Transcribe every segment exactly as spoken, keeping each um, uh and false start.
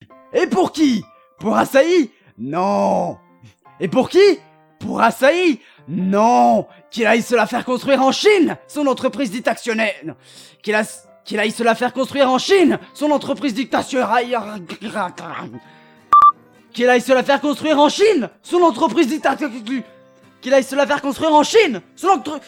Et pour qui? Pour Asahi? Non. Et pour qui? Pour Asahi? Non. Qu'il aille se la faire construire en Chine, son entreprise dictationnaire. Qu'il a... qu'il aille se la faire construire en Chine, son entreprise dictationnaire. Qu'il aille se la faire construire en Chine, son entreprise dictationnaire. Qu'il aille se la faire construire en Chine, son entreprise...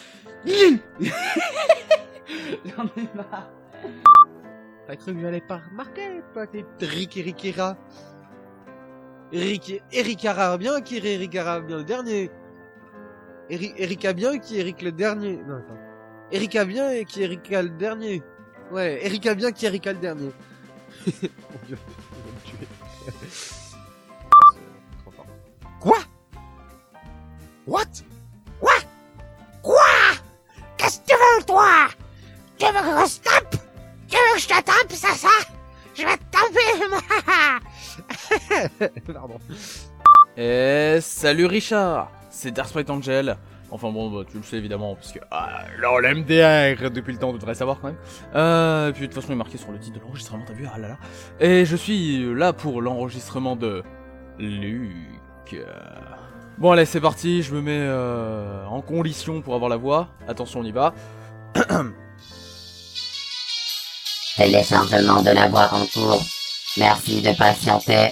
J'en ai marre. T'as cru que j'allais pas remarquer, petite Rikirikira? Eric, Ericara bien qui est Ericara bien le dernier. Eric, Erika bien qui est Eric le dernier. Non, attends. Erika bien et qui est Erika le dernier. Ouais, Erika bien qui est Erika le dernier. Mon Dieu, il va me tuer. Trop fort. Quoi? What? Quoi? Quoi? Qu'est-ce que tu veux, toi? Tu veux que je te tape? Tu veux que je te tape, ça, ça? Je vais te taper, moi. Pardon. Eh, salut Richard, c'est Dark Sprite Angel. Enfin bon, bah, tu le sais évidemment, parce que ah, là on l'M D R depuis le temps, tu devrais savoir quand même. Euh, et puis de toute façon il est marqué sur le titre de l'enregistrement, t'as vu, ah là là. Et je suis là pour l'enregistrement de Luc. Bon allez, c'est parti, je me mets euh, en condition pour avoir la voix. Attention, on y va. Téléchargement de la voix en cours. Merci de patienter.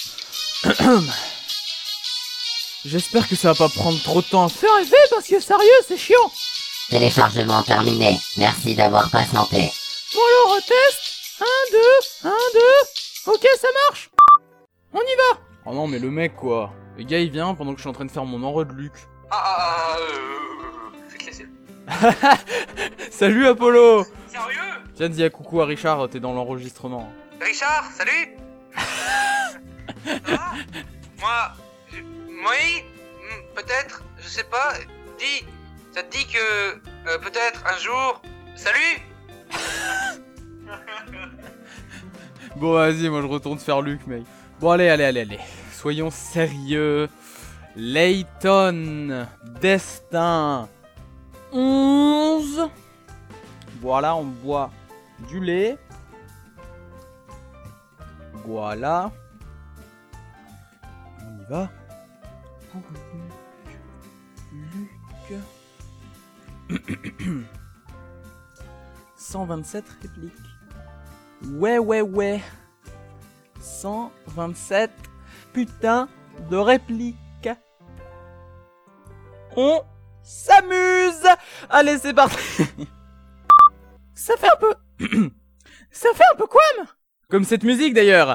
J'espère que ça va pas prendre trop de temps à faire effet parce que sérieux, c'est chiant. Téléchargement terminé. Merci d'avoir patienté. Bon alors, test. un, deux, un, deux. Ok, ça marche. On y va. Oh non, mais le mec quoi. Le gars il vient pendant que je suis en train de faire mon enre de Luc. Ah, ah, euh... je vais te laisser. Salut Apollo. Sérieux? Tiens, dis à coucou à Richard, t'es dans l'enregistrement. Richard, salut. Ah, moi... je- Oui, hmm, peut-être, je sais pas. Dis, ça te dit que... euh, peut-être un jour... Salut. Bon vas-y, moi je retourne faire Luc, mec. Bon allez, allez, allez, allez. Soyons sérieux. Layton, Destin, onze. Voilà, on boit du lait. Voilà. On y va. Pour Luc. Luc. cent vingt-sept répliques. Ouais, ouais, ouais. cent vingt-sept putain de répliques. On s'amuse. Allez, c'est parti. Ça fait un peu... Ça fait un peu Quam. Comme cette musique d'ailleurs.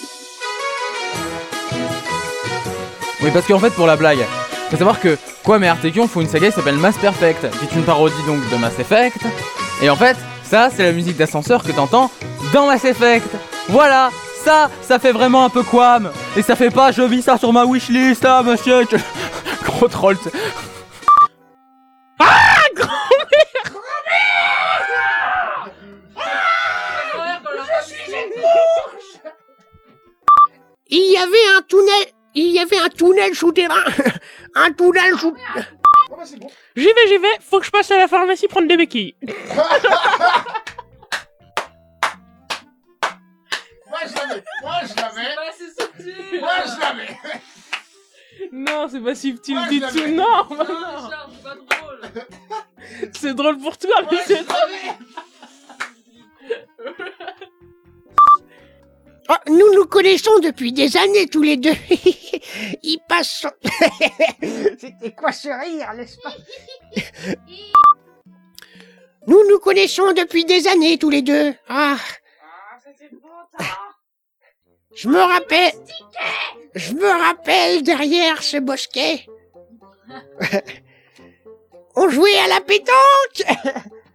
Oui, parce qu'en fait, pour la blague, faut savoir que Quam et Artekion font une saga qui s'appelle Mass Perfect, qui est une parodie donc de Mass Effect. Et en fait, ça, c'est la musique d'ascenseur que t'entends dans Mass Effect. Voilà, ça, ça fait vraiment un peu Quam. Et ça fait pas, je vis ça sur ma wishlist, là, monsieur. Gros troll. Ah, grand-mère. Il y avait un tunnel, il y avait un tunnel souterrain, un tunnel sous... Oh bah c'est bon. J'y vais, j'y vais, faut que je passe à la pharmacie prendre des béquilles. Moi je l'avais. Moi je l'avais. C'est subtil. Moi je l'avais. Non, c'est pas subtil Moi, du je tout, l'avais. non, Non, non. Richard, c'est pas drôle. C'est drôle pour toi, mais Moi je c'est... l'avais. Ah, nous nous connaissons depuis des années tous les deux. Il passe son... C'était quoi ce rire, n'est-ce pas? Nous nous connaissons depuis des années tous les deux. Ah, Ah, c'était bon, ça. je me rappelle... Je me rappelle derrière ce bosquet. On jouait à la pétanque.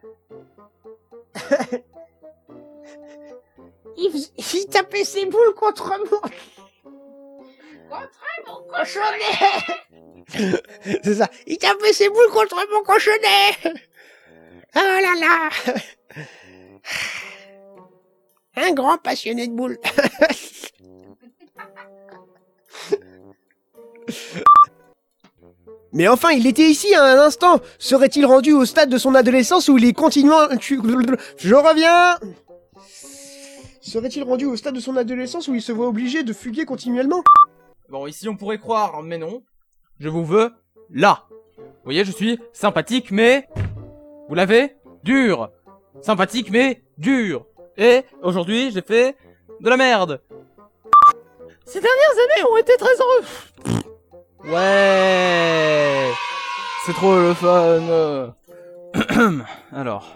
Il, fais- il tapait ses boules contre mon... Contre mon cochonnet. C'est ça. Il tapait ses boules contre mon cochonnet. Oh là là. Un grand passionné de boules. Mais enfin, il était ici à un instant. Serait-il rendu au stade de son adolescence où il est continuant... Je reviens. Serait-il rendu au stade de son adolescence où il se voit obligé de fuguer continuellement? Bon, ici on pourrait croire, mais non. Je vous veux là. Vous voyez, je suis sympathique, mais... Vous l'avez? Dur. Sympathique, mais dur. Et aujourd'hui, j'ai fait de la merde. Ces dernières années ont été très heureux. Ouais. C'est trop le fun. Alors.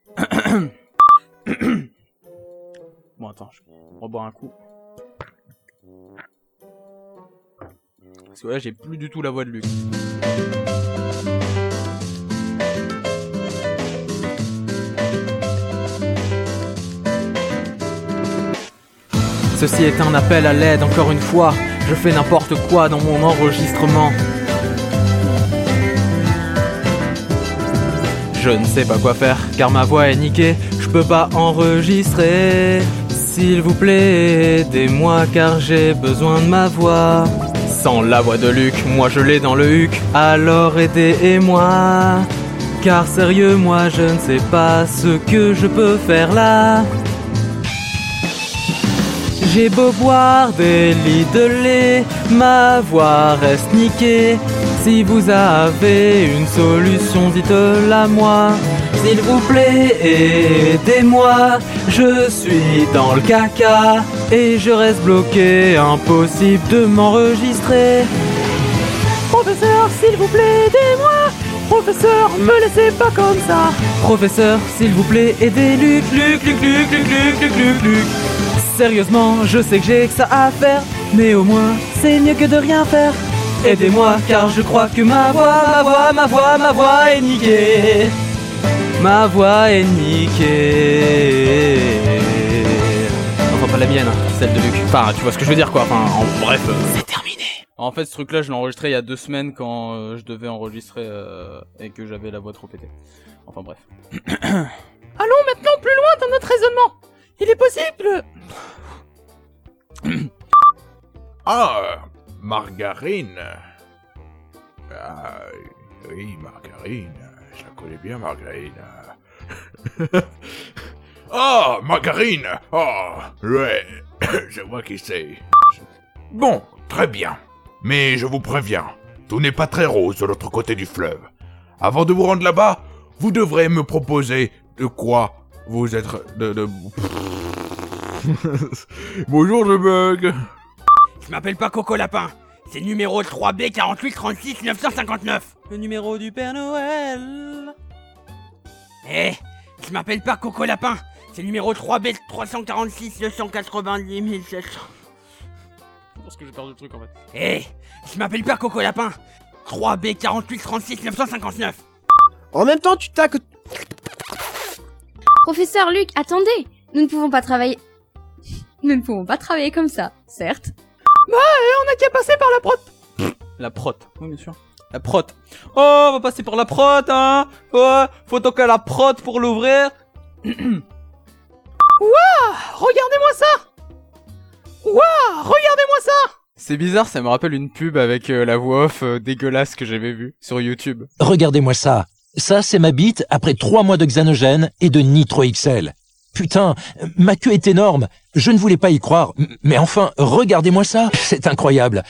Bon, attends, je vais reboire un coup. Parce que là, j'ai plus du tout la voix de Luc. Ceci est un appel à l'aide, encore une fois. Je fais n'importe quoi dans mon enregistrement. Je ne sais pas quoi faire, car ma voix est niquée. Je peux pas enregistrer. S'il vous plaît, aidez-moi, car j'ai besoin de ma voix. Sans la voix de Luc, moi je l'ai dans le huc. Alors aidez-moi. Car sérieux, moi je ne sais pas ce que je peux faire là. J'ai beau boire des litres de lait, ma voix reste niquée. Si vous avez une solution, dites-la moi. S'il vous plaît, aidez-moi. Je suis dans le caca et je reste bloqué, impossible de m'enregistrer. Professeur, s'il vous plaît, aidez-moi. Professeur, me laissez pas comme ça. Professeur, s'il vous plaît, aidez Luc, Luc, Luc, Luc, Luc, Luc, Luc, Luc, Luc. Sérieusement, je sais que j'ai que ça à faire, mais au moins, c'est mieux que de rien faire. Aidez-moi, car je crois que ma voix, ma voix, ma voix, ma voix est niquée. Ma voix est niquée. Enfin, pas la mienne, celle de Luc. Enfin, tu vois ce que je veux dire, quoi. Enfin, en bref. Euh... C'est terminé. En fait, ce truc-là, je l'ai enregistré il y a deux semaines quand euh, je devais enregistrer euh, et que j'avais la voix trop pétée. Enfin, bref. Allons maintenant plus loin dans notre raisonnement. Il est possible... Ah, margarine. Ah, oui, margarine. Je la connais bien, margarine. Ah, margarine. Oh, ouais, je vois qui c'est. Bon, très bien. Mais je vous préviens, tout n'est pas très rose de l'autre côté du fleuve. Avant de vous rendre là-bas, vous devrez me proposer de quoi vous êtes... de... de... Bonjour, je bug. Je m'appelle pas Coco Lapin. C'est numéro trois B quarante-huit trente-six neuf cent cinquante-neuf. Le numéro du Père Noël. Eh, je m'appelle pas Coco Lapin. C'est numéro trois B trois cent quarante-six neuf cent quatre-vingt-dix mille sept cents. Je pense que j'ai perdu le truc en fait. Eh, je m'appelle pas Coco Lapin. trois B quarante-huit trente-six neuf cent cinquante-neuf. En même temps, tu t'as que... Professeur Luc, attendez. Nous ne pouvons pas travailler... Nous ne pouvons pas travailler comme ça, certes. Bah, on a qu'à passer par la prot. La prot, oui bien sûr. La prot. Oh, on va passer par la prot, hein. Ouais, faut toquer la prot pour l'ouvrir. Waouh, regardez-moi ça. Waouh, regardez-moi ça. C'est bizarre, ça me rappelle une pub avec euh, la voix off euh, dégueulasse que j'avais vue sur YouTube. Regardez-moi ça. Ça, c'est ma bite après trois mois de Xanogène et de Nitro X L. Putain, ma queue est énorme. Je ne voulais pas y croire. Mais enfin, regardez-moi ça. C'est incroyable.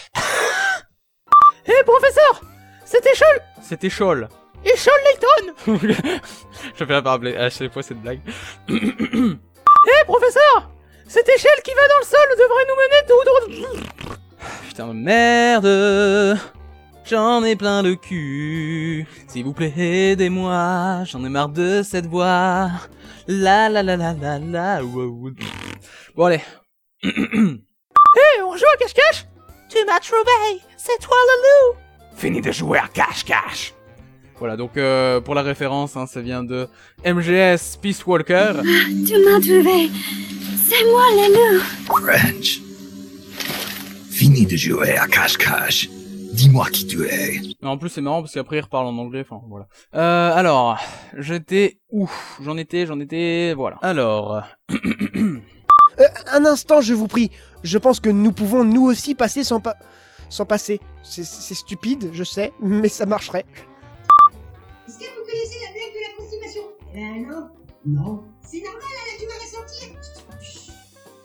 Hé, hey, professeur, c'était Scholl. C'était Scholl. Et Scholl Layton. Je vais pas rappeler à chaque fois cette blague. Hé, hey, professeur, cette échelle qui va dans le sol devrait nous mener tout droit. Putain de merde. J'en ai plein le cul. S'il vous plaît, aidez-moi. J'en ai marre de cette voix. La la la la la la. Wow. Bon allez. Hé, hey, on joue à cache-cache. Tu m'as trouvé. C'est toi le loup. Fini de jouer à cache-cache. Voilà, donc euh, pour la référence, hein, ça vient de M G S Peace Walker. Tu m'as trouvé. C'est moi le loup. French. Fini de jouer à cache-cache. Dis-moi qui tu es. En plus c'est marrant parce qu'après il reparle en anglais, enfin voilà. Euh, alors, j'étais où? J'en étais, j'en étais, voilà. Alors... euh, un instant, je vous prie. Je pense que nous pouvons nous aussi passer sans pas... sans passer. C'est stupide, je sais, mais ça marcherait. Est-ce que vous connaissez la blague de la constipation? Eh ben non. Non. C'est normal, elle a du mal à sentir.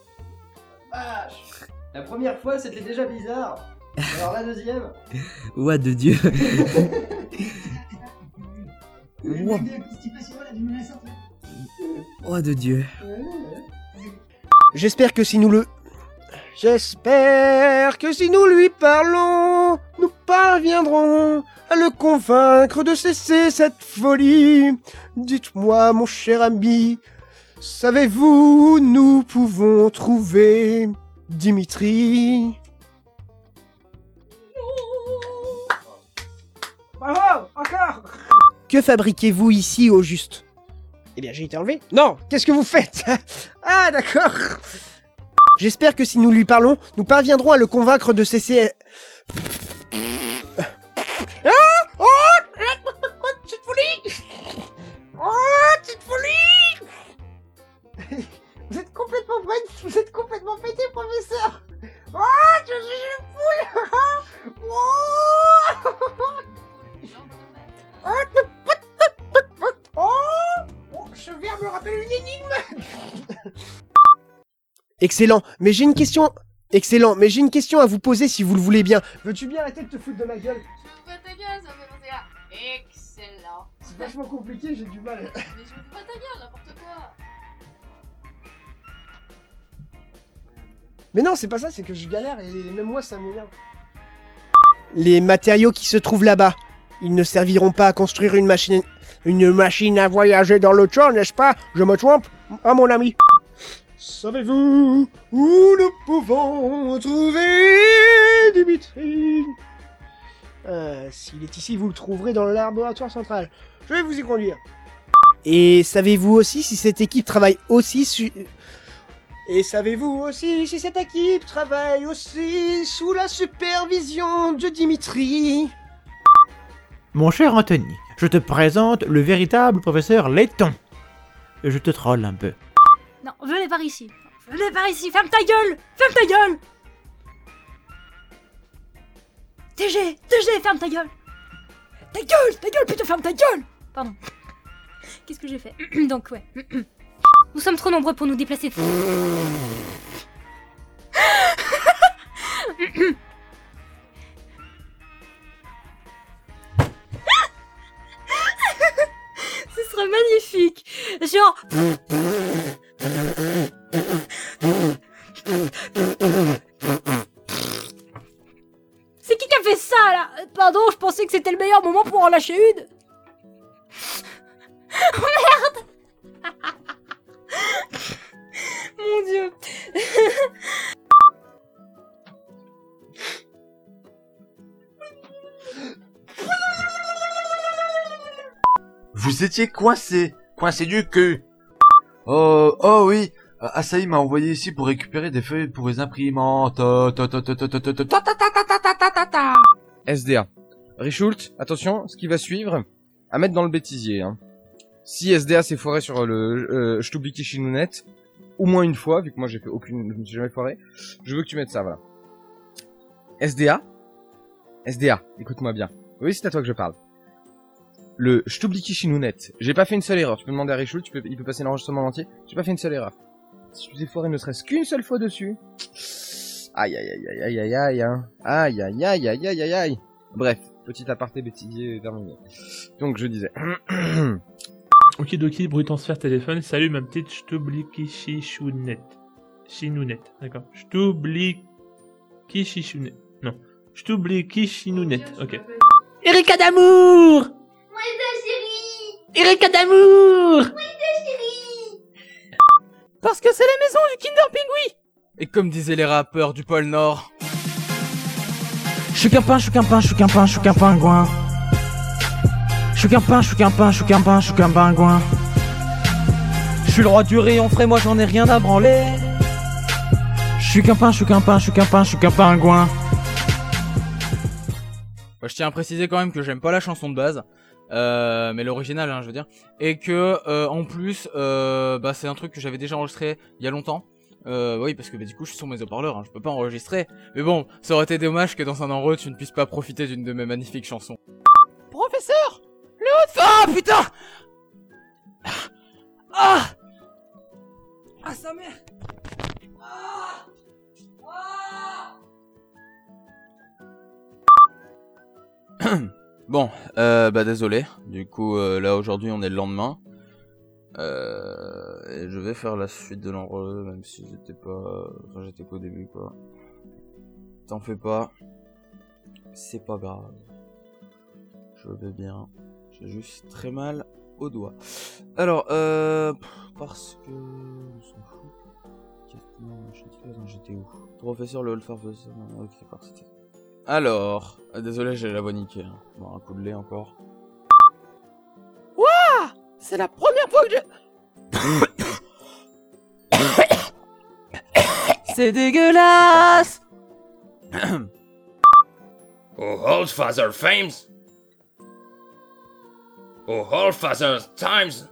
vache. La première fois, c'était déjà bizarre. Alors la deuxième. Ouah de Dieu. Ouah. Ouah de Dieu. J'espère que si nous le... J'espère que si nous lui parlons, nous parviendrons à le convaincre de cesser cette folie. Dites-moi, mon cher ami, savez-vous où nous pouvons trouver Dimitri? Bravo, encore. Que fabriquez-vous ici au juste? Eh bien, j'ai été enlevé. Non, qu'est-ce que vous faites? Ah, d'accord. J'espère que si nous lui parlons, nous parviendrons à le convaincre de cesser... Ah! Oh! Petite folie! Oh! Petite folie! Vous êtes complètement vrai, vous êtes complètement pété, professeur! Oh! Je suis une foule! Oh! Oh! Oh! Ce verbe me rappelle une énigme! Excellent, mais j'ai une question... Excellent, mais j'ai une question à vous poser si vous le voulez bien. Veux-tu bien arrêter de te foutre de ma gueule? Pas ta gueule, ça me fait penser à... Excellent. C'est vachement compliqué, j'ai du mal. Mais je me fais pas ta gueule, n'importe quoi. Mais non, c'est pas ça, c'est que je galère et même moi ça m'énerve. Les matériaux qui se trouvent là-bas, ils ne serviront pas à construire une machine... Une machine à voyager dans le temps, n'est-ce pas? Je me trompe, ah mon ami. Savez-vous où nous pouvons trouver Dimitri? euh, S'il est ici, vous le trouverez dans le laboratoire central. Je vais vous y conduire. Et savez-vous aussi si cette équipe travaille aussi su... Et savez-vous aussi si cette équipe travaille aussi sous la supervision de Dimitri? Mon cher Anthony, je te présente le véritable professeur Letton. Je te troll un peu. Non, venez par ici. Venez par ici, ferme ta gueule! Ferme ta gueule! T G! T G, ferme ta gueule! Ta gueule! Ta gueule, putain, ferme ta gueule! Pardon. Qu'est-ce que j'ai fait? Donc, ouais. Nous sommes trop nombreux pour nous déplacer. Ce serait magnifique. Genre... C'est qui qui a fait ça, là? Pardon, je pensais que c'était le meilleur moment pour en lâcher une. Oh merde. Mon Dieu. Vous étiez coincé, coincé du cul. Oh, oh oui, Asahi m'a envoyé ici pour récupérer des feuilles pour les imprimantes. S D A. Richult, attention, ce qui va suivre, à mettre dans le bêtisier. Hein. Si S D A s'est foiré sur le euh, Shtubliki Shinounet, au moins une fois, vu que moi j'ai fait aucune, je me suis jamais foiré, je veux que tu mettes ça, voilà. S D A, S D A, écoute-moi bien. Oui, c'est à toi que je parle. Le Shtubliki Shinounet, j'ai pas fait une seule erreur. Tu peux demander à Richult, tu peux, il peut passer l'enregistrement entier. J'ai pas fait une seule erreur. Si tu t'es foiré ne serait-ce qu'une seule fois dessus. Aïe aïe aïe aïe aïe aïe aïe aïe aïe aïe aïe aïe aïe aïe. Bref, petit aparté bêtisier terminé. Donc je disais. Okidoki, bruit transfert téléphone. Salut ma petite Shtubliki Shinounet. Shinounet, d'accord. Shtubliki Shinounet. Non. Shtubliki Shinounet, ok. Erika d'amour! Erika d'amour! Parce que c'est la maison du Kinder Pingui. Et comme disaient les rappeurs du pôle Nord. Je suis qu'un pain, je suis qu'un pain, je suis qu'un pain, je suis qu'un pingouin. Je suis qu'un pain, je suis qu'un pain, je suis qu'un pain, je suis qu'un pingouin. Je suis le roi du rayon frais, moi j'en ai rien à branler. Je suis qu'un pain, je suis qu'un pain, je suis qu'un pain, je suis qu'un pingouin. Bah, je tiens à préciser quand même que j'aime pas la chanson de base. Euh, mais l'original, hein, je veux dire, et que euh, en plus, euh, bah c'est un truc que j'avais déjà enregistré il y a longtemps. Euh, oui, parce que bah, du coup, je suis sur mes haut-parleurs, hein, je peux pas enregistrer. Mais bon, ça aurait été dommage que dans un enregistrement tu ne puisses pas profiter d'une de mes magnifiques chansons. Professeur, le haut de... Ah putain. Ah, ah sa mère. Ah, Bon, euh, bah désolé. Du coup, euh, là aujourd'hui, on est le lendemain. Euh, et je vais faire la suite de l'enrôle, même si j'étais pas... Enfin, j'étais qu'au début, quoi. T'en fais pas. C'est pas grave. Je vais bien. J'ai juste très mal au doigt. Alors, euh... Parce que... On s'en fout. Non, j'étais où? Professeur le Wolfarfus. Ok, parti. Alors... Désolé, j'ai la voix niquée. Hein. Bon, un coup de lait encore. Ouah! C'est la première fois que je... C'est dégueulasse. Oh, Oldfather Fames! Oh, Oldfather Times!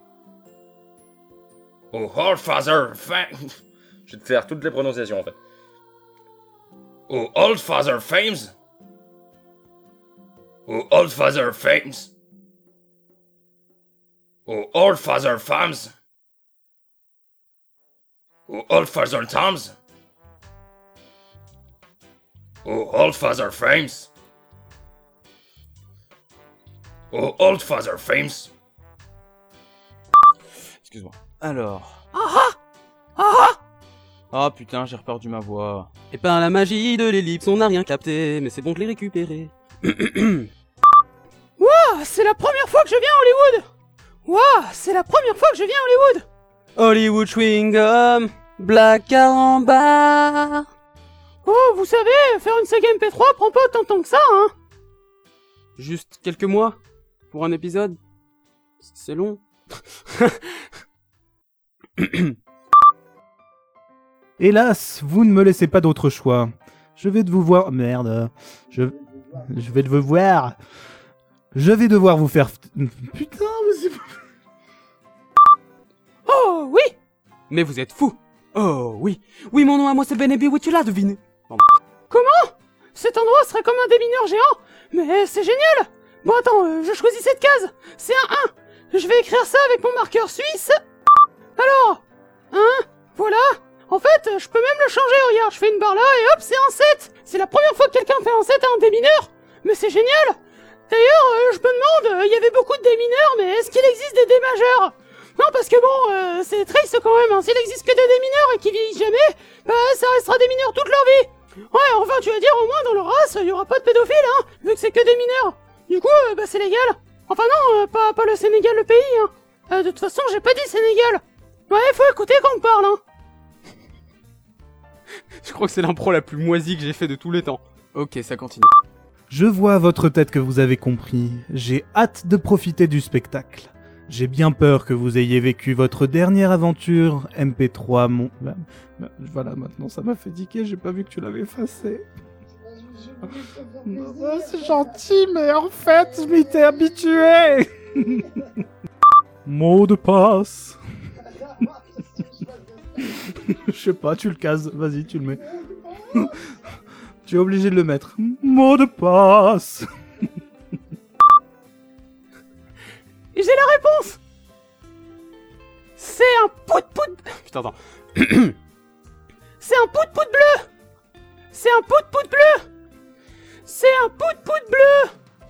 Oh, Oldfather Fames! Je vais te faire toutes les prononciations en fait. Oh, Oldfather Fames! Oh, Oldfather Fames! Oh, Oldfather Fams! Oh, Oldfather Toms! Oh, Oldfather Frames! Oh, Oldfather Fames! Excuse-moi. Alors... Ah ah ah Ah putain, j'ai reperdu ma voix. Et par la magie de l'ellipse, on n'a rien capté, mais c'est bon de les récupérer. Ouah, c'est la première fois que je viens à Hollywood! Ouah, c'est la première fois que je viens à Hollywood! Hollywood Chewing Gum, Black Caramba. Oh, vous savez, faire une saga M P trois prend pas autant de temps que ça, hein? Juste quelques mois pour un épisode. C'est long. Hélas, vous ne me laissez pas d'autre choix. Je vais vous voir... Merde. Je... Je vais vous voir... Je vais devoir vous faire... Putain, mais c'est... Oh, oui! Mais vous êtes fou! Oh, oui! Oui, mon nom à moi c'est Benebi, oui, tu l'as deviné. Pardon. Comment? Cet endroit serait comme un démineur géant? Mais c'est génial! Bon, attends, euh, je choisis cette case. C'est un un. Je vais écrire ça avec mon marqueur suisse. Alors, un, voilà. En fait, je peux même le changer, regarde, je fais une barre là et hop, c'est un sept. C'est la première fois que quelqu'un fait un sept à un démineur. Mais c'est génial. D'ailleurs, euh, je me demande, il euh, y avait beaucoup de démineurs, mais est-ce qu'il existe des dés majeurs? Non, parce que bon, euh, c'est triste quand même, hein. S'il existe que des démineurs et qu'ils vieillissent jamais, bah ça restera des mineurs toute leur vie. Ouais, enfin, tu vas dire, au moins dans leur race, il y aura pas de pédophiles, hein, vu que c'est que des mineurs. Du coup, euh, bah c'est légal. Enfin non, euh, pas, pas le Sénégal, le pays, hein. Euh, de toute façon, j'ai pas dit Sénégal. Ouais, faut écouter quand on parle, hein. Je crois que c'est l'impro la plus moisie que j'ai fait de tous les temps. Ok, ça continue. Je vois à votre tête que vous avez compris. J'ai hâte de profiter du spectacle. J'ai bien peur que vous ayez vécu votre dernière aventure M P trois mon... Voilà, maintenant ça m'a fait tiquer, j'ai pas vu que tu l'avais effacé. Oh, c'est gentil, mais en fait, je m'étais habitué. Mot de passe. Je sais pas, tu le cases, vas-y, tu le mets. Tu es obligé de le mettre. Mot de passe. J'ai la réponse. C'est un pout-pout... Putain, attends. C'est un pout-pout bleu. C'est un pout-pout bleu. C'est un pout-pout bleu.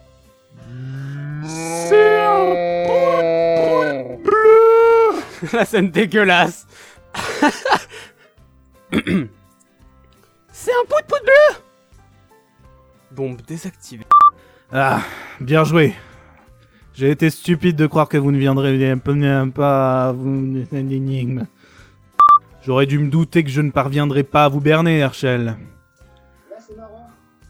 C'est un pout-pout bleu. La scène dégueulasse. C'est un pout-pout bleu. Bombe désactivée. Ah, bien joué. J'ai été stupide de croire que vous ne viendrez pas à vous une énigme. J'aurais dû me douter que je ne parviendrais pas à vous berner, Herschel. Là, c'est marrant.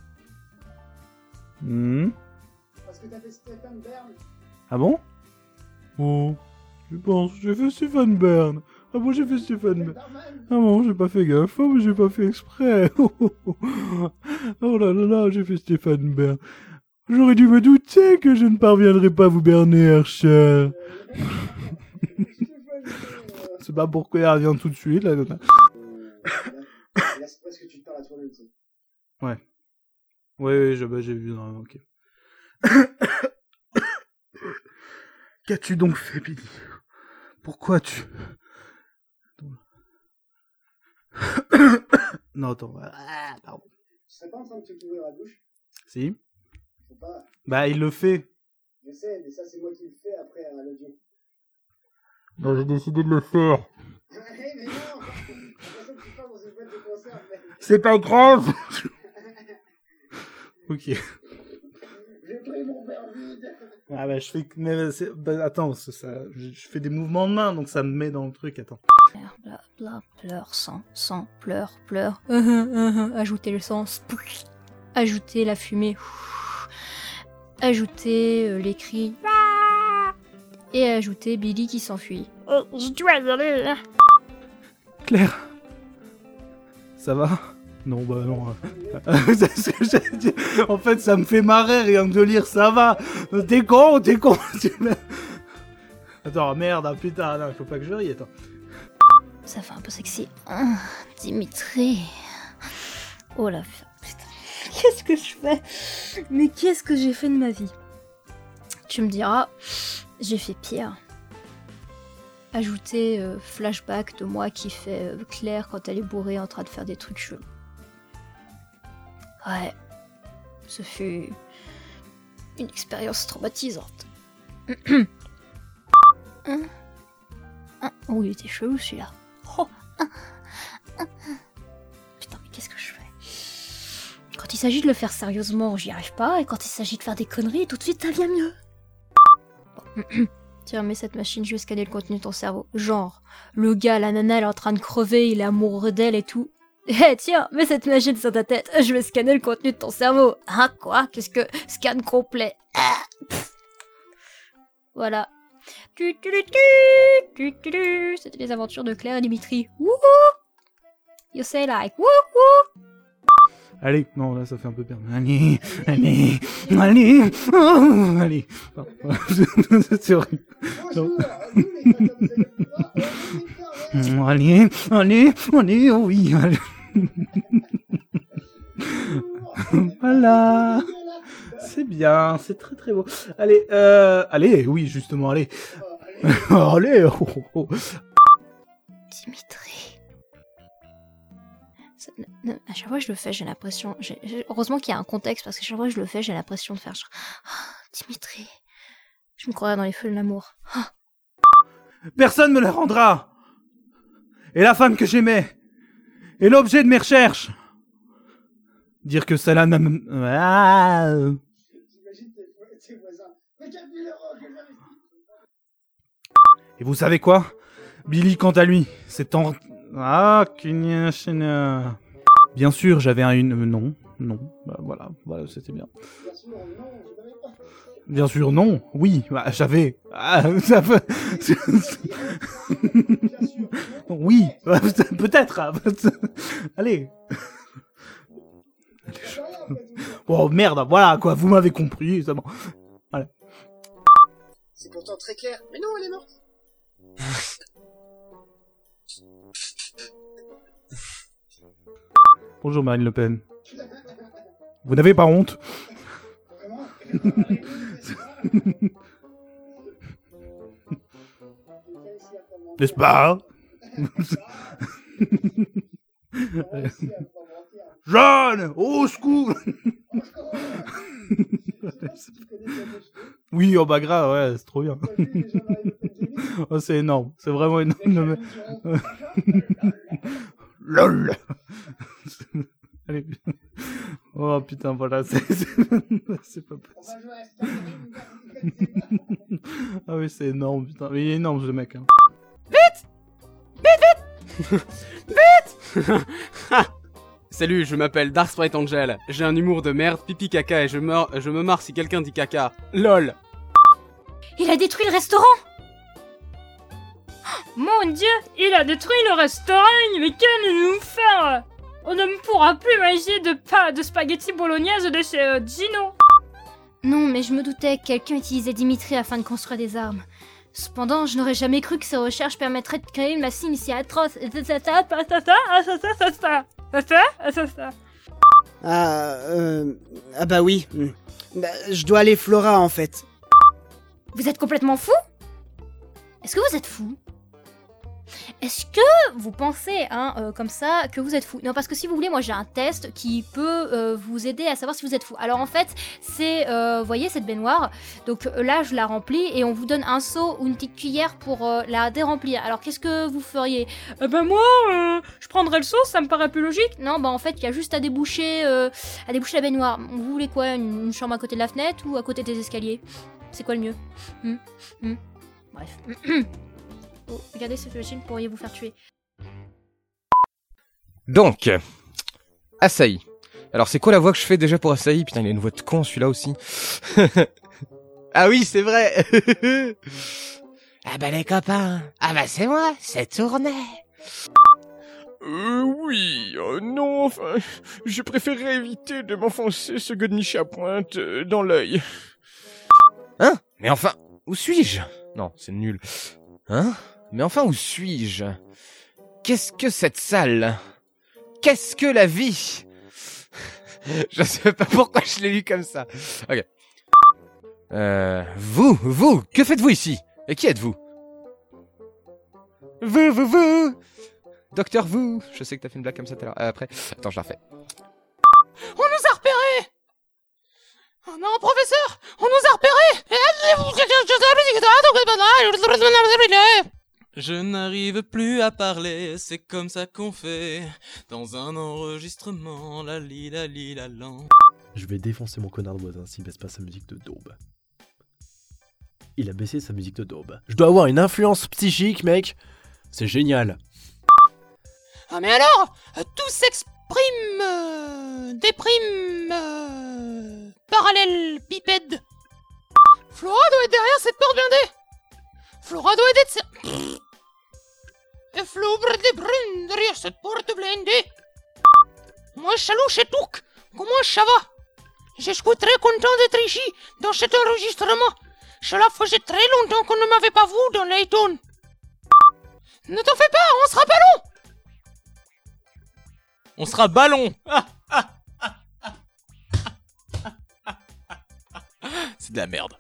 Hmm. Parce que t'as fait Stéphane Bern. Ah bon? Oh, je pense, j'ai fait Stéphane Bern. Ah bon, j'ai fait Stéphane Bern. Ah bon, j'ai pas fait gaffe, oh, mais j'ai pas fait exprès. Oh là là là, j'ai fait Stéphane Bern. J'aurais dû me douter que je ne parviendrais pas à vous berner, Herschel. C'est pas pourquoi elle revient tout de suite, là. Là, c'est presque tu te parles à toi-même, tu sais. Ouais. Ouais, ouais, j'ai bah, j'ai vu. Non, ok. Qu'as-tu donc fait, Billy? Pourquoi tu... Non, attends. Ah, pardon. Tu serais pas en train de te couvrir la bouche? Si. Faut pas. Bah, il le fait. Je sais, mais ça, c'est moi qui le fais après à l'audio. Bah, j'ai décidé de le faire. mais non. Personne qui parle dans une boîte de concert. Mais... C'est pas grave. Ok. J'ai pris mon verre vide. Ah bah je fais... Mais c'est- bah, attends, ça, ça- je je fais des mouvements de main, donc ça me met dans le truc, attends. Bla bla, pleure, sang, sang, pleure, pleure. Uh -huh, uh -huh. Ajouter le sang. Spouk. Ajouter la fumée. Ouh. Ajouter euh, les cris. Ah. Et ajouter Billy qui s'enfuit. Oh, je dois y aller. Claire. Ça va? Non, bah non. euh, c'est ce que j'allais dire. En fait, ça me fait marrer rien que de lire ça va. T'es con, t'es con. Attends, merde, ah, putain, non, faut pas que je rie, attends. Ça fait un peu sexy. Ah, Dimitri. Oh la putain. Qu'est-ce que je fais? Mais qu'est-ce que j'ai fait de ma vie? Tu me diras, j'ai fait pire. Ajouter euh, flashback de moi qui fait euh, Claire quand elle est bourrée en train de faire des trucs chelous. Ouais, ce fut une expérience traumatisante. Hein? Hein? Oh, il était chelou celui-là. Oh. Hein? Hein? Putain, mais qu'est-ce que je fais? Quand il s'agit de le faire sérieusement, j'y arrive pas, et quand il s'agit de faire des conneries, tout de suite ça vient mieux. Bon. Tiens, mets cette machine, je vais scanner le contenu de ton cerveau. Genre, le gars, la nana, elle est en train de crever, il est amoureux d'elle et tout. Eh tiens, mets cette machine sur ta tête, je vais scanner le contenu de ton cerveau. Hein, quoi? Qu'est-ce que... Scan complet. Ah, voilà. Tu, tu, tu, tu, tu, tu. C'était les aventures de Claire et Dimitri. Wouhou! You say like wouhou! Allez, non, là, ça fait un peu perdre. Allez, allez, allez, oh, allez. Non, c'est horrible. Non. Allez, allez, allez, oh oui, allez. Voilà. C'est bien, c'est très très beau. Allez, euh, allez, oui, justement, allez. Allez, oh, oh, oh. Dimitri. Ça- n- n- À chaque fois que je le fais, j'ai l'impression... j'ai- j'ai- Heureusement qu'il y a un contexte, parce que chaque fois que je le fais, j'ai l'impression de faire genre... Ah, Dimitri. Je me croirais dans les feux de l'amour. Ah. Personne me le rendra. Et la femme que j'aimais. Et l'objet de mes recherches. Dire que cela ne me... Ah. T'imagines tes, tes voisins. Mais quatre mille euros que j'investis. Et vous savez quoi? Billy, quant à lui, c'est en... Ah, Kinyashina. Bien sûr, j'avais un une... Non, non, bah, voilà, voilà, c'était bien. Bien sûr, non, je n'avais pas. Bien sûr, non, oui, bah, j'avais... Ah, ça fait... Oui, bah, peut-être. ah, Allez. Oh merde, voilà quoi, vous m'avez compris, c'est bon. Voilà. C'est pourtant très clair. Mais non, elle est morte. Bonjour Marine Le Pen. Vous n'avez pas honte? N'est-ce pas? Jeanne, au secours. Oui, oh bah grave, ouais, c'est trop bien. Oh, c'est énorme, c'est vraiment énorme. LOL. Allez. Oh putain, voilà, c'est c'est c'est pas possible. Ah oui, c'est énorme, putain. Mais il est énorme ce mec. Hein. Vite! Vite, vite! Vite! Salut, je m'appelle Dark Sprite Angel. J'ai un humour de merde, pipi caca et je, meurs, je me marre si quelqu'un dit caca. LOL. Il a détruit le restaurant! Mon dieu, il a détruit le restaurant, mais qu'allons-nous faire? On ne pourra plus manger de pas de spaghetti bolognaise de chez euh, Gino. Non, mais je me doutais que quelqu'un utilisait Dimitri afin de construire des armes. Cependant, je n'aurais jamais cru que ces recherches permettraient de créer une machine si atroce. Ah, euh... Ah bah oui. Bah, je dois aller Flora, en fait. Vous êtes complètement fou? Est-ce que vous êtes fou? Est-ce que vous pensez, hein, euh, comme ça, que vous êtes fou? Non, parce que si vous voulez, moi j'ai un test qui peut euh, vous aider à savoir si vous êtes fou. Alors en fait, c'est, euh, vous voyez cette baignoire, donc euh, là je la remplis et on vous donne un seau ou une petite cuillère pour euh, la déremplir. Alors qu'est-ce que vous feriez? Eh ben moi, euh, je prendrais le seau, ça me paraît plus logique. Non, bah en fait, il y a juste à déboucher, euh, à déboucher la baignoire. Vous voulez quoi, une, une chambre à côté de la fenêtre ou à côté des escaliers? C'est quoi le mieux? hmm hmm Bref. Oh, regardez cette machine, pourriez vous faire tuer. Donc, Asahi. Alors c'est quoi la voix que je fais déjà pour Asahi? Putain, il a une voix de con celui-là aussi. Ah oui, c'est vrai. Ah bah les copains, ah bah c'est moi, c'est tourné. Euh, oui, euh, non, enfin, je préférerais éviter de m'enfoncer ce godemiche à pointe euh, dans l'œil. Hein? Mais enfin, où suis-je? Non, c'est nul. Hein? Mais enfin, où suis-je? Qu'est-ce que cette salle? Qu'est-ce que la vie? Je sais pas pourquoi je l'ai lu comme ça. Ok. Euh, vous, vous, que faites-vous ici? Et qui êtes-vous? Vous, vous, vous! Docteur vous! Je sais que t'as fait une blague comme ça tout à l'heure. Euh, après, attends, je la refais. On nous a repérés. Oh non, professeur, on nous a repérés. Je n'arrive plus à parler, c'est comme ça qu'on fait dans un enregistrement, la li la li la lan. Je vais défoncer mon connard de voisin s'il baisse pas sa musique de daube. Il a baissé sa musique de daube. Je dois avoir une influence psychique, mec. C'est génial. Ah mais alors, euh, tout s'exprime, euh, déprime, euh, parallèle, bipède. Flora doit être derrière cette porte blindée. Flora doit être... Pfff. Et Flo des brunes derrière cette porte blindée. Moi, chalouche et touk, comment ça va? Je suis très content d'être ici, dans cet enregistrement. Cela faisait très longtemps qu'on ne m'avait pas vu dans l'iTunes. Ne t'en fais pas, on sera ballon. On sera ballon. C'est de la merde.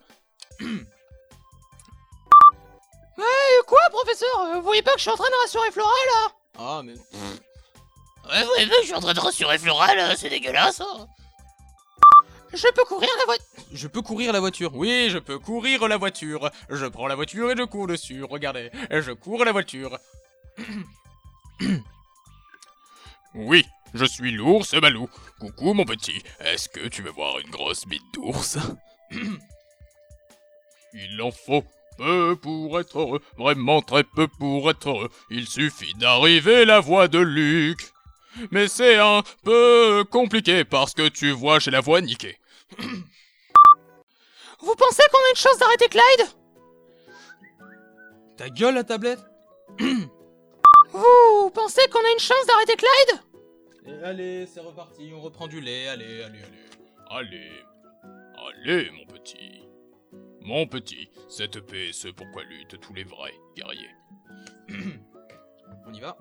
Ouais, quoi, professeur? Vous voyez pas que je suis en train de rassurer Flora, là? Ah, mais... Ouais, vous voyez pas que je suis en train de rassurer Flora, là? C'est dégueulasse, hein. Je peux courir la voiture. Je peux courir la voiture. Oui, je peux courir la voiture. Je prends la voiture et je cours dessus. Regardez, je cours la voiture. Oui, je suis l'ours Balou. Coucou mon petit, est-ce que tu veux voir une grosse bite d'ours? Il en faut peu pour être heureux, vraiment très peu pour être heureux. Il suffit d'arriver la voix de Luc. Mais c'est un peu compliqué parce que tu vois, j'ai la voix niquée. Vous pensez qu'on a une chance d'arrêter Clyde? Ta gueule la tablette. Vous pensez qu'on a une chance d'arrêter Clyde? Et allez, c'est reparti, on reprend du lait, allez, allez, allez. Allez, allez mon petit. Mon petit, cette paix, c'est pourquoi luttent tous les vrais guerriers. On y va?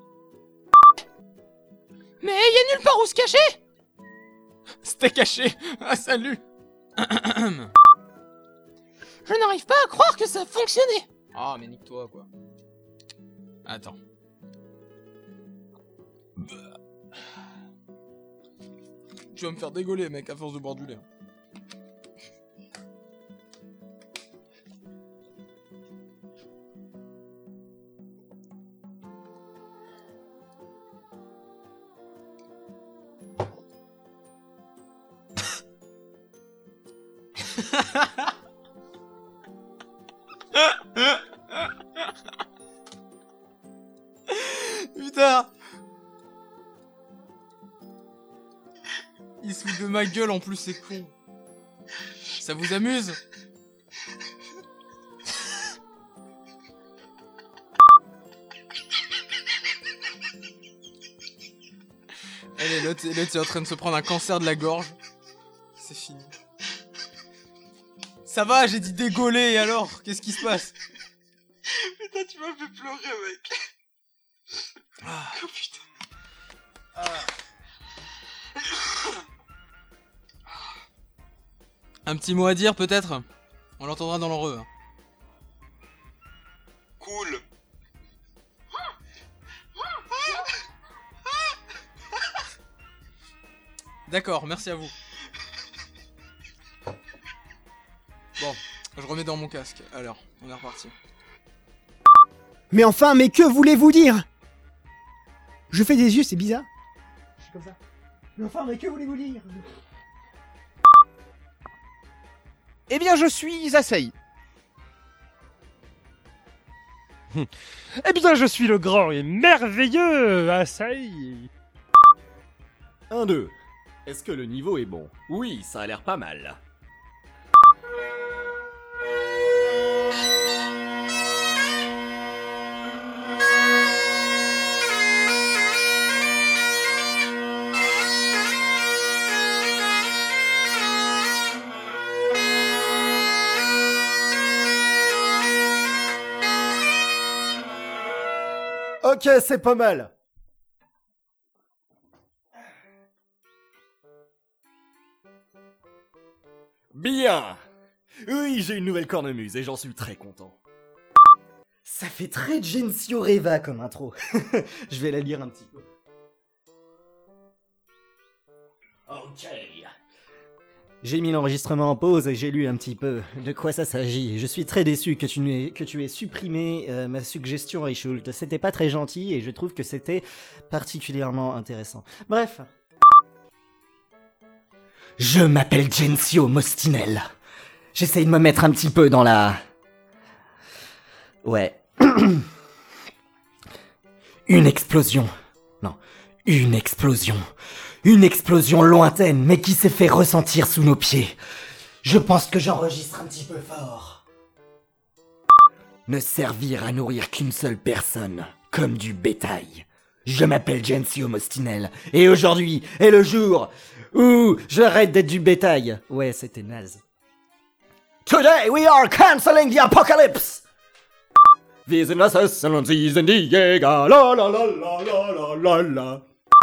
Mais y a nulle part où se cacher. C'était caché. Ah, salut. Je n'arrive pas à croire que ça a fonctionné. Ah, mais nique-toi, quoi. Attends. Tu vas me faire dégoler, mec, à force de boire du lait. Putain. Il se fout de ma gueule en plus, c'est con. Ça vous amuse? Allez, l'autre est en train de se prendre un cancer de la gorge. C'est fini. Ça va, j'ai dit dégoler, et alors? Qu'est-ce qui se passe? Putain, tu m'as fait pleurer, mec. Ah. Oh putain. Ah. Un petit mot à dire, peut-être? On l'entendra dans l'enreux. Cool. D'accord, merci à vous. Bon, je remets dans mon casque. Alors, on est reparti. Mais enfin, mais que voulez-vous dire? Je fais des yeux, c'est bizarre. Je suis comme ça. Mais enfin, mais que voulez-vous dire? Eh bien, je suis Asahi. Eh bien, je suis le grand et merveilleux Asahi. un, deux. Est-ce que le niveau est bon? Oui, ça a l'air pas mal. Ok, c'est pas mal. Bien. Oui, j'ai une nouvelle cornemuse et j'en suis très content. Ça fait très Gensio Reva comme intro. Je vais la lire un petit peu. Ok. J'ai mis l'enregistrement en pause et j'ai lu un petit peu de quoi ça s'agit. Je suis très déçu que tu aies, que tu aies supprimé euh, ma suggestion, Richult. C'était pas très gentil et je trouve que c'était particulièrement intéressant. Bref. Je m'appelle Gensio Mostinel. J'essaye de me mettre un petit peu dans la... Ouais. Une explosion. Non, une explosion. Une explosion lointaine, mais qui s'est fait ressentir sous nos pieds. Je pense que j'enregistre un petit peu fort. Ne servir à nourrir qu'une seule personne, comme du bétail. Je m'appelle Gensio Mostinel, et aujourd'hui est le jour où j'arrête d'être du bétail. Ouais, c'était naze. Today we are canceling the apocalypse! Wir sind das Essen und sie sind die Jäger, la la la la la la la la.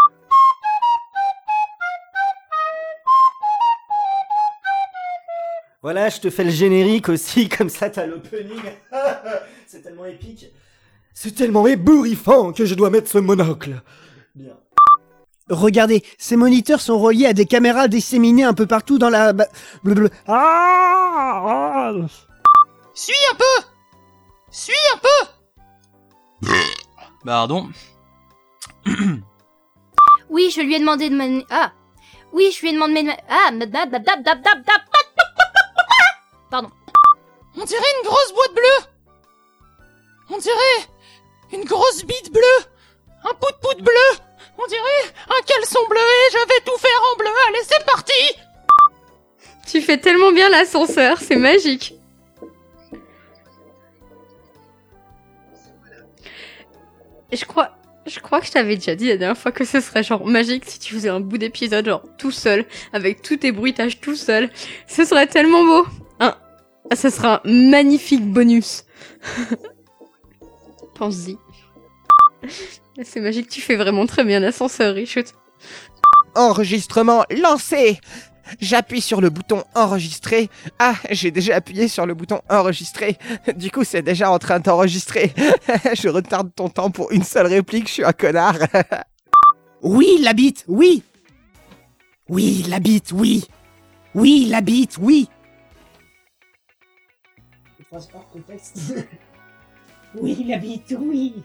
Voilà, je te fais le générique aussi, comme ça t'as l'opening. C'est tellement épique. C'est tellement ébouriffant que je dois mettre ce monocle. Bien. Regardez, ces moniteurs sont reliés à des caméras disséminées un peu partout dans la... Blablabla. Ah, ah. Suis un peu. Suis un peu. Pardon. Oui, je lui ai demandé de m'amener... Ah. Oui, je lui ai demandé de... Ah. Pardon. On dirait une grosse boîte bleue. On dirait une grosse bite bleue. Un pout-pout bleu. On dirait un caleçon bleu et je vais tout faire en bleu. Allez, c'est parti. Tu fais tellement bien l'ascenseur, c'est magique. Et je crois, je crois que je t'avais déjà dit la dernière fois que ce serait genre magique si tu faisais un bout d'épisode genre tout seul, avec tous tes bruitages tout seul. Ce serait tellement beau. Un, ce sera un magnifique bonus. Pense-y. C'est magique, tu fais vraiment très bien l'ascenseur, Richut. Enregistrement lancé. J'appuie sur le bouton enregistrer. Ah, j'ai déjà appuyé sur le bouton enregistrer. Du coup, c'est déjà en train d'enregistrer. Je retarde ton temps pour une seule réplique, je suis un connard. Oui, la bite, oui. Oui, la bite, oui. Oui, la bite, oui. Phrase hors contexte. Oui, la bite, oui.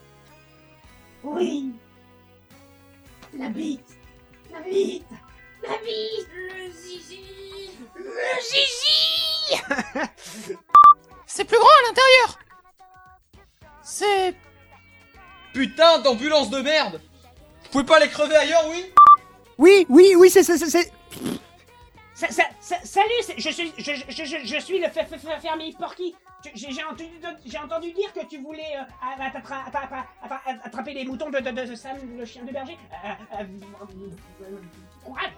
Oui. La bite. La bite. La bite. Le zizi. Le zizi. C'est plus grand à l'intérieur. C'est... Putain d'ambulance de merde. Vous pouvez pas les crever ailleurs, oui? Oui, oui, oui, c'est... c'est, c'est, c'est... Ça, ça, ça, salut, c'est- je suis, je, je, je, je suis le fer- fer- fer- fermier Porky. Tu- J'ai j'ai entendu, j'ai entendu dire que tu voulais euh, att- attra- attra- attra- attra- attraper les moutons de, de, de, de Sam, le chien de berger. Euh, euh, euh, courage.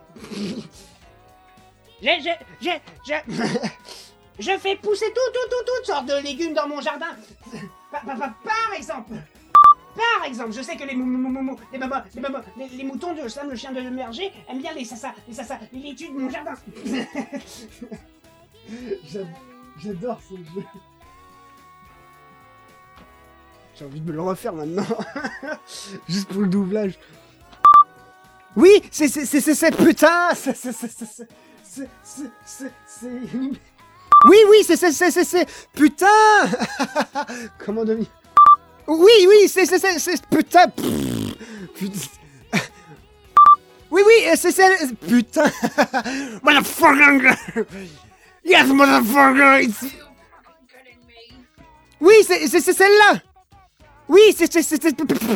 Je, je, je, je, je fais pousser tout, tout, tout, toutes sortes de légumes dans mon jardin. Par, par- par- par exemple. Par exemple, je sais que les mou- mou- mou- mou- les, momo- les, momo- les, les moutons de Sam, le chien de berger, aiment bien les sasa, les sasa, les laitues de mon jardin. J'ad- J'adore ce jeu. J'ai envie de me le refaire maintenant. Juste pour le doublage. Oui, c'est c'est c'est c'est c'est putain, c'est c'est c'est c'est c'est c'est c'est c'est c'est oui oui c'est c'est c'est c'est c'est putain. Comment devenir? Oui oui c'est c'est c'est c'est putain. Putain. Oui oui c'est c'est putain. Motherfucker. Yes motherfucker. Oui c'est c'est c'est celle-là. Oui c'est c'est c'est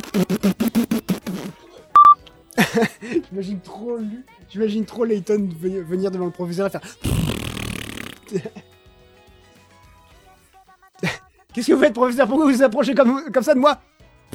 J'imagine trop lui, j'imagine trop Layton venir, venir devant le professeur et faire. Qu'est-ce que vous faites, professeur? Pourquoi vous vous approchez comme, comme ça de moi?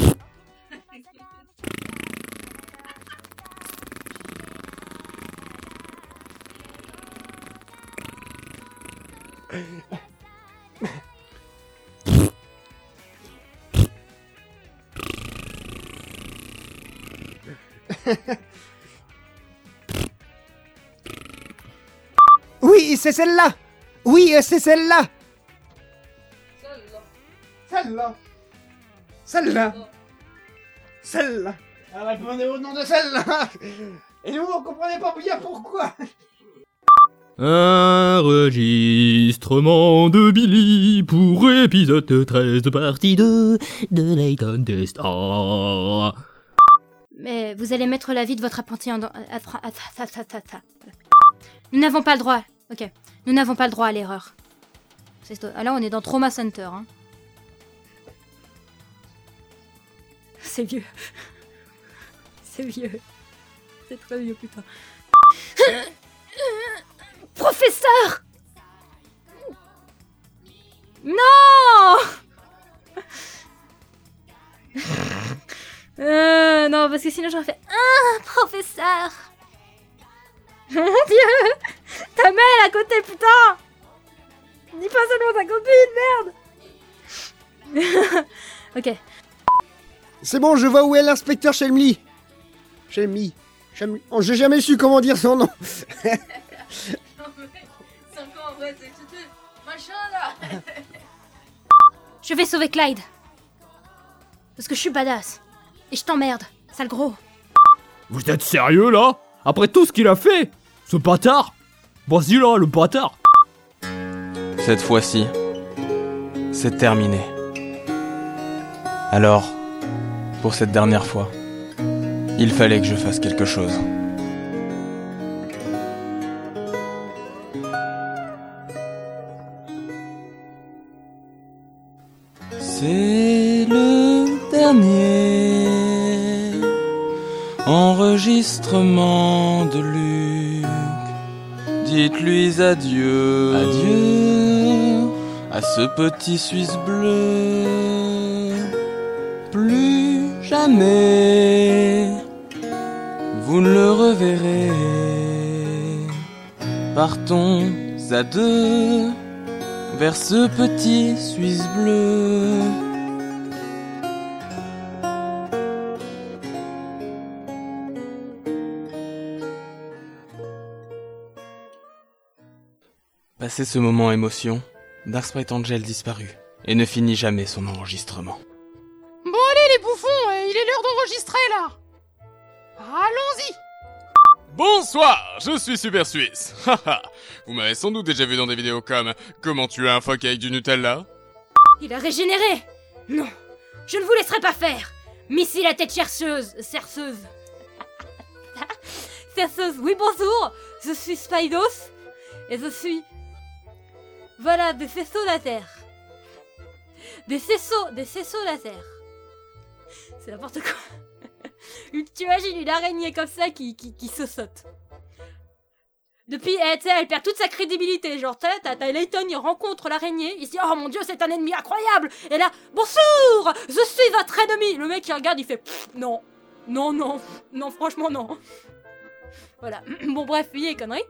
Oui, c'est celle-là. Oui, c'est celle-là. Celle-là. Celle-là. Celle-là. Ah, répondez au nom de celle-là. Et nous, on comprenait pas bien pourquoi. Enregistrement de Billy pour épisode treize de partie deux de Layton Testa. Mais vous allez mettre la vie de votre apprenti en... Nous n'avons pas le droit. Ok. Nous n'avons pas le droit à l'erreur. Ah, là, on est dans Trauma Center. Hein. C'est vieux. C'est vieux. C'est très vieux, putain. Professeur! Non! euh, non, parce que sinon j'aurais fait... Ah, professeur! Mon Dieu! Ta mère à côté, putain! Dis pas seulement ta copine, merde! Ok. C'est bon, je vois où est l'inspecteur Shelmy. Shelmy. Shelmy. Oh, j'ai jamais su comment dire son nom. C'est encore vrai, c'est machin là. Je vais sauver Clyde. Parce que je suis badass. Et je t'emmerde, sale gros. Vous êtes sérieux là? Après tout ce qu'il a fait? Ce bâtard? Vas-y là, le bâtard. Cette fois-ci, c'est terminé. Alors, pour cette dernière fois, il fallait que je fasse quelque chose. C'est le dernier enregistrement de Luc. Dites-lui adieu, adieu à ce petit Suisse bleu. Plus jamais vous ne le reverrez. Partons à deux vers ce petit Suisse bleu. Passé ce moment émotion, Dark Sprite Angel disparut et ne finit jamais son enregistrement. Bon allez les bouffons, il est l'heure d'enregistrer là. Allons-y. Bonsoir, je suis Super Suisse. Vous m'avez sans doute déjà vu dans des vidéos comme comment tuer un phoque avec du Nutella. Il a régénéré. Non, je ne vous laisserai pas faire. Missile à tête chercheuse, cerceuse. Cerceuse, oui bonjour, je suis Spydos et je suis... Voilà, des faisceaux laser. Des faisceaux, des faisceaux laser. C'est n'importe quoi. Tu imagines une araignée comme ça qui, qui, qui se saute. Depuis, eh, tu sais, elle perd toute sa crédibilité. Genre, t'as, t'as Layton, il rencontre l'araignée, il se dit « Oh mon dieu, c'est un ennemi incroyable !» Et là, « Bonjour, je suis votre ennemi !» Le mec, il regarde, il fait « Non, non, non, non, franchement, non. » Voilà. Bon, bref, oui, les conneries.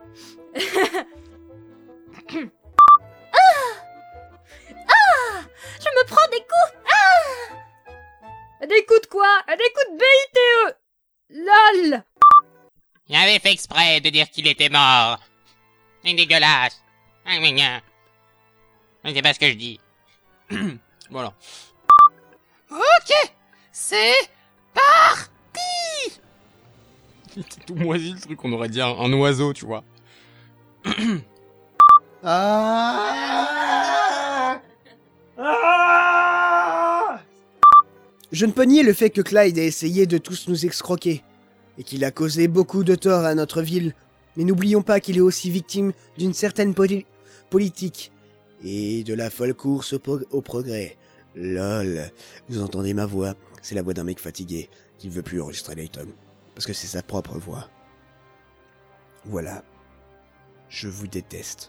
Ah! Ah! Je me prends des coups! Ah! Des coups de quoi? Des coups de B I T E! LOL! Il avait fait exprès de dire qu'il était mort. C'est dégueulasse. C'est pas ce que je dis. Voilà. Ok, c'est parti. Il était tout moisi le truc, on aurait dit un, un oiseau, tu vois. Ah Ah Je ne peux nier le fait que Clyde ait essayé de tous nous escroquer, et qu'il a causé beaucoup de tort à notre ville, mais n'oublions pas qu'il est aussi victime d'une certaine poli- politique, et de la folle course au, pro- au progrès. Lol, vous entendez ma voix, c'est la voix d'un mec fatigué, qui ne veut plus enregistrer Layton, parce que c'est sa propre voix. Voilà. Je vous déteste.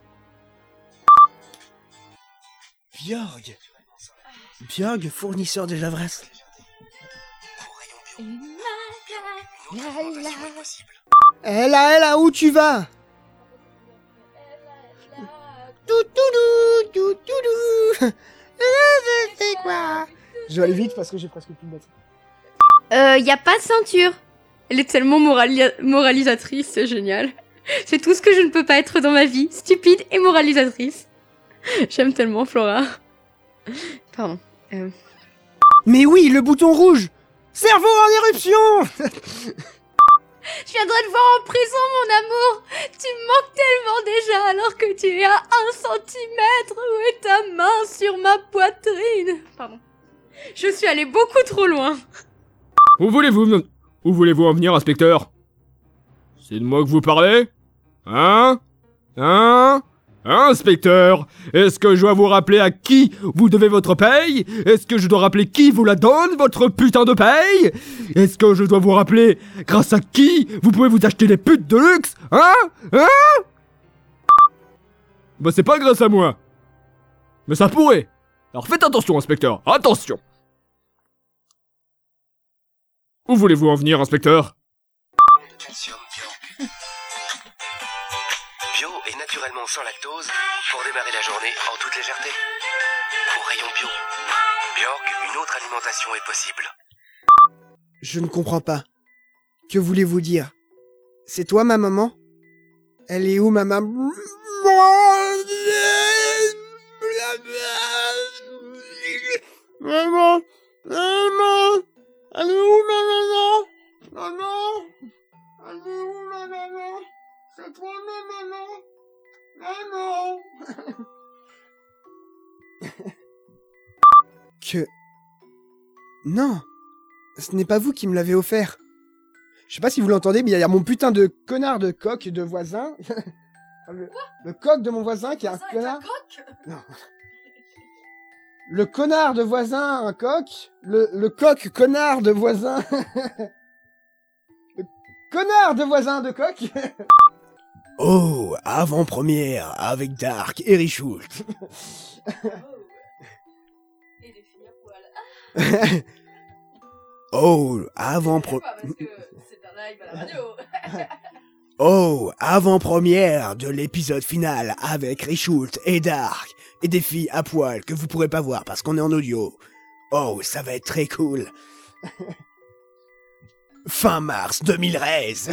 Björg Björg, fournisseur de Javras. Eh là, eh là, où tu vas? Toutoulou, toutoulou. C'est quoi? Je vais aller vite parce que j'ai presque plus de batterie. Euh, y a pas de ceinture. Elle est tellement morali- moralisatrice, c'est génial. C'est tout ce que je ne peux pas être dans ma vie, stupide et moralisatrice. J'aime tellement Flora. Pardon. Euh... Mais oui, le bouton rouge. Cerveau en éruption. Je viendrai te voir en prison, mon amour. Tu me manques tellement déjà alors que tu es à un centimètre. Où est ta main sur ma poitrine? Pardon. Je suis allée beaucoup trop loin. Où voulez-vous Où voulez-vous en venir, inspecteur? C'est de moi que vous parlez? Hein? Hein? Hein, inspecteur? Est-ce que je dois vous rappeler à qui vous devez votre paye? Est-ce que je dois rappeler qui vous la donne, votre putain de paye? Est-ce que je dois vous rappeler grâce à qui vous pouvez vous acheter des putes de luxe? Hein? Hein? Bah c'est pas grâce à moi. Mais ça pourrait. Alors faites attention, inspecteur, attention. Où voulez-vous en venir, inspecteur? Calcium bio. Bio et naturellement sans lactose pour démarrer la journée en toute légèreté. Au rayon bio. Björk, une autre alimentation est possible. Je ne comprends pas. Que voulez-vous dire? C'est toi ma maman? Elle est où ma maman? Maman, maman, elle est où ma maman? Maman, elle est où ma maman? C'est toi ma maman? Maman. Que... Non, ce n'est pas vous qui me l'avez offert. Je sais pas si vous l'entendez, mais il y a mon putain de connard de coq de voisin. le, le coq de mon voisin qui est un connard. Non. Le connard de voisin, un coq. Le, le coq connard de voisin. Le connard de voisin de coq. Oh, avant-première avec Dark et Richult. Oh, avant-première. Oh, avant-première de l'épisode final avec Richult et Dark et des filles à poil que vous pourrez pas voir parce qu'on est en audio. Oh, ça va être très cool. Fin mars deux mille treize.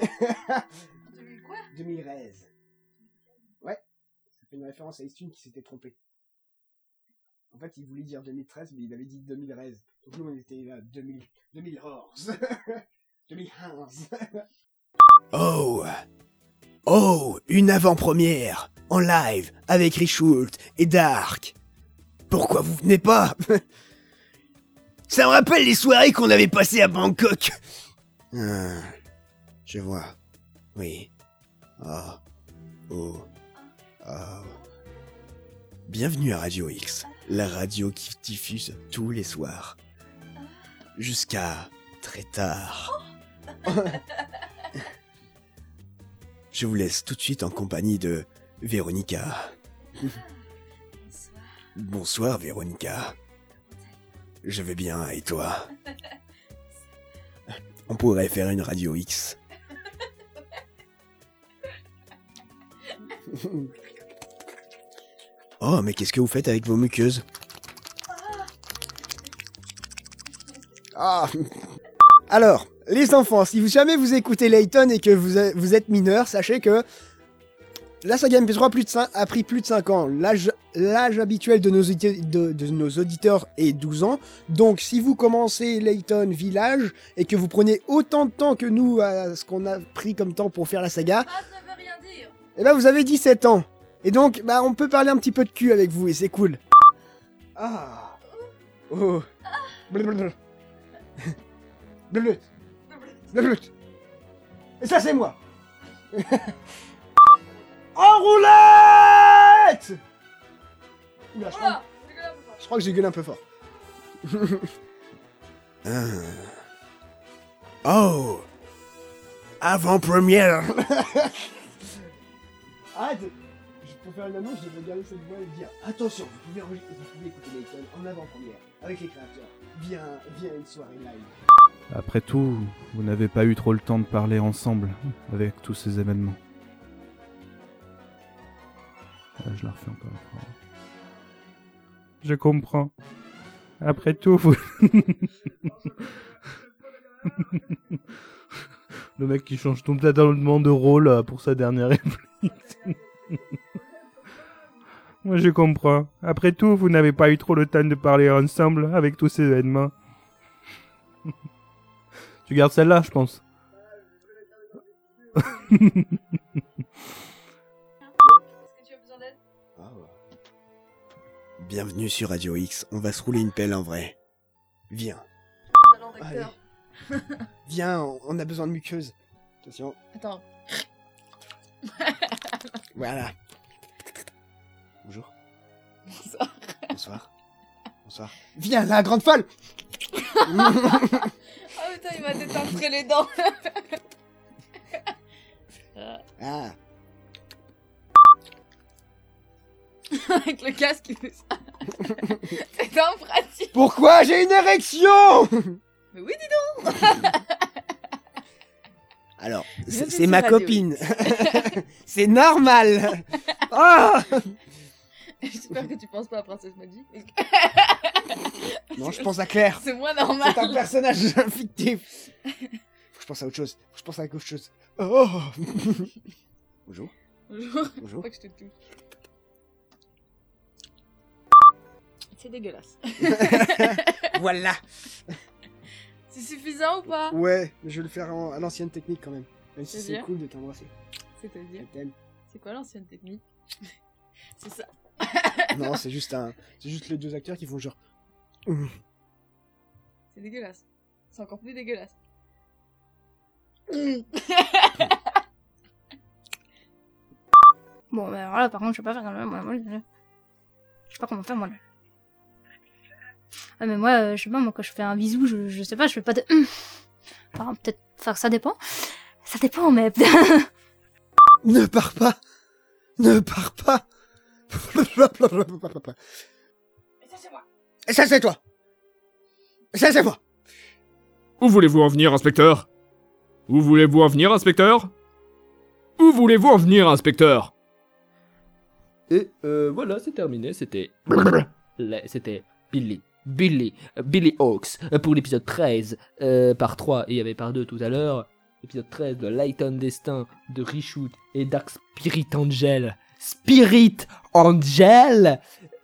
deux mille treize. Ouais, ça fait une référence à Istune qui s'était trompé. En fait, il voulait dire deux mille treize, mais il avait dit deux mille treize. Donc nous, on était là, deux mille, deux mille onze. deux mille onze. Oh! Oh! Une avant-première! En live, avec Richult et Dark! Pourquoi vous venez pas? Ça me rappelle les soirées qu'on avait passées à Bangkok! Ah, je vois. Oui. Ah. Oh. Ah. Bienvenue à Radio X, la radio qui diffuse tous les soirs. Jusqu'à très tard. Je vous laisse tout de suite en compagnie de Véronica. Bonsoir. Bonsoir Véronica. Je vais bien, et toi? On pourrait faire une Radio X. Oh, mais qu'est-ce que vous faites avec vos muqueuses? Ah. Alors, les enfants, si vous jamais vous écoutez Layton et que vous, vous êtes mineur, sachez que La saga M P trois plus de cinq, a pris plus de cinq ans. L'âge, l'âge habituel de nos, audite- de, de nos auditeurs est douze ans. Donc, si vous commencez Layton Village et que vous prenez autant de temps que nous à ce qu'on a pris comme temps pour faire la saga, et ben vous avez dix-sept ans. Et donc, bah, on peut parler un petit peu de cul avec vous et c'est cool. Ah. Oh. Blablabla. Blablabla. Blablabla. Et ça, c'est moi. En roulette! Oula, je crois, je crois que j'ai gueulé un peu fort. Ah. Oh! Avant-première! Arrête! Pour faire une annonce, je devrais garder cette voix et dire attention, vous pouvez, enregistrer- vous pouvez écouter Layton en avant-première avec les créateurs. Viens, viens une soirée live. Après tout, vous n'avez pas eu trop le temps de parler ensemble avec tous ces événements. Ah, je la refais encore une fois. Je comprends. Après tout, vous... Le mec qui change totalement de rôle euh, pour sa dernière réplique. Moi je comprends. Après tout, vous n'avez pas eu trop le temps de parler ensemble avec tous ces événements. Tu gardes celle-là, je pense. Bienvenue sur Radio X, on va se rouler une pelle en vrai. Viens. Allez. Viens, on- on a besoin de muqueuse. Attention. Attends. Voilà. Bonjour. Bonsoir. Bonsoir. Bonsoir. Viens, la grande folle. Oh putain, il m'a détentré les dents. Ah. Avec le casque, il fait ça. C'est un pratique. Pourquoi j'ai une érection? Mais oui, dis donc. Alors, Bienvenue c'est c'est sur ma Radio copine. C'est normal. Ah. J'espère que tu penses pas à Princesse Magic. Non, je pense à Claire. C'est moins normal. C'est un personnage fictif. Faut que je pense à autre chose. Faut que je pense à autre chose. Oh. Bonjour. Bonjour. Bonjour. Faut pas que je te touche. C'est dégueulasse. Voilà. C'est suffisant ou pas? Ouais, mais je vais le faire en- à l'ancienne technique quand même. Même si c'est C'est-à-dire cool de t'embrasser. C'est-à-dire Je t'aime. C'est quoi l'ancienne technique? C'est ça. Non, c'est juste un, c'est juste les deux acteurs qui font genre. Mmh. C'est dégueulasse. C'est encore plus dégueulasse. Bon, bah alors là, par contre, je sais pas faire comme ça, moi, moi, je... je sais pas comment faire, moi. Là. Ah, mais moi, euh, je sais pas, moi, quand je fais un bisou, je, je sais pas, je fais pas de... Enfin, peut-être... Enfin, ça dépend. Ça dépend, mais... Ne pars pas. Ne pars pas. Et ça, c'est moi. Et ça, c'est toi. Et ça, c'est moi. Où voulez-vous en venir, inspecteur? Où voulez-vous en venir, inspecteur? Où voulez-vous en venir, inspecteur? Et euh, voilà, c'est terminé, c'était... La- C'était Billy. Billy. euh, Billy Hawks euh, pour l'épisode treize, euh, par trois, et il y avait par deux tout à l'heure. Épisode treize de Layton Destin, de Reshoot et Dark Spirit Angel. Spirit Angel.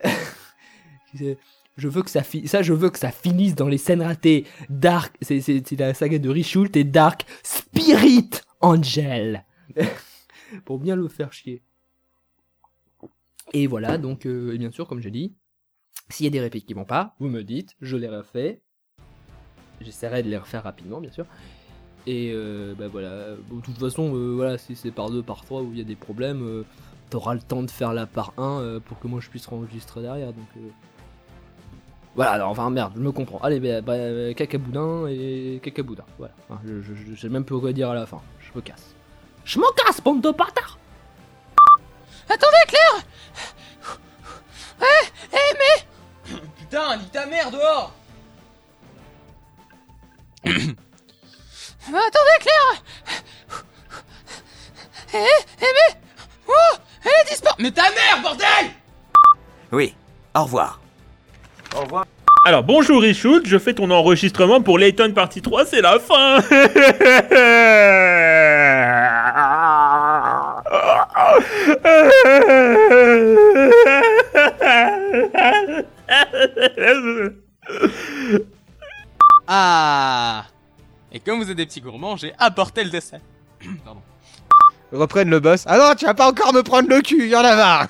Je veux que ça fi- ça je veux que ça finisse dans les scènes ratées. Dark, c'est, c'est, c'est la saga de Reshoot et Dark Spirit Angel. Pour bien le faire chier. Et voilà, donc, euh, et bien sûr, comme j'ai dit, s'il y a des répliques qui vont pas, vous me dites, je les refais. J'essaierai de les refaire rapidement, bien sûr. Et euh, bah voilà, bon, de toute façon, euh, voilà, si c'est par deux, par trois où il y a des problèmes, euh, t'auras le temps de faire la par un euh, pour que moi je puisse enregistrer derrière. Donc euh... voilà, alors, enfin merde, je me comprends. Allez, bah, bah, cacaboudin et cacaboudin. Voilà, enfin, je, je, je sais même plus quoi dire à la fin. Je me casse. Je m'en casse, bande de bâtards. Attendez, Claire. Eh, eh, mais... Putain, lis ta mère dehors. Mais attendez, Claire. Eh, eh, mais... Oh, elle a disparu. Mais ta mère, bordel. Oui, au revoir. Au revoir. Alors bonjour Reshoot, je fais ton enregistrement pour Layton partie trois, c'est la fin. Ah. Et comme vous êtes des petits gourmands, j'ai apporté le dessert. Pardon. Reprenne le boss. Ah non, tu vas pas encore me prendre le cul, y'en a marre.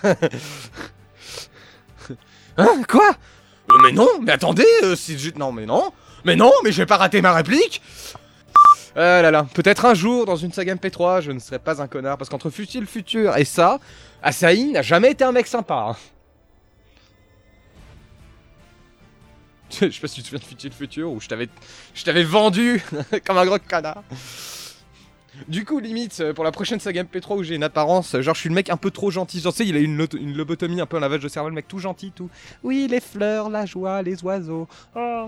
Hein, quoi? Euh, Mais non, mais attendez, euh, si je... Non, mais non. Mais non, mais je vais pas rater ma réplique. Ah là là, peut-être un jour, dans une saga M P trois, je ne serai pas un connard, parce qu'entre Fusil le futur et ça, Asahi n'a jamais été un mec sympa. Hein. Je sais pas si tu te souviens de Fusil le futur, où je t'avais je t'avais vendu comme un gros connard. Du coup, limite, pour la prochaine saga M P trois où j'ai une apparence, genre je suis le mec un peu trop gentil. Genre, tu sais, il a une, lot- une lobotomie, un peu un lavage de cerveau, le mec tout gentil, tout. Oui, les fleurs, la joie, les oiseaux. Oh.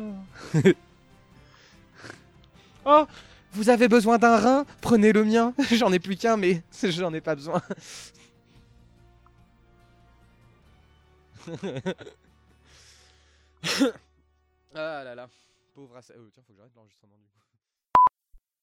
Oh, vous avez besoin d'un rein? Prenez le mien. J'en ai plus qu'un, mais j'en ai pas besoin. Ah là là, pauvre Asa... Oh, tiens, faut que j'arrête l'enregistrement du coup.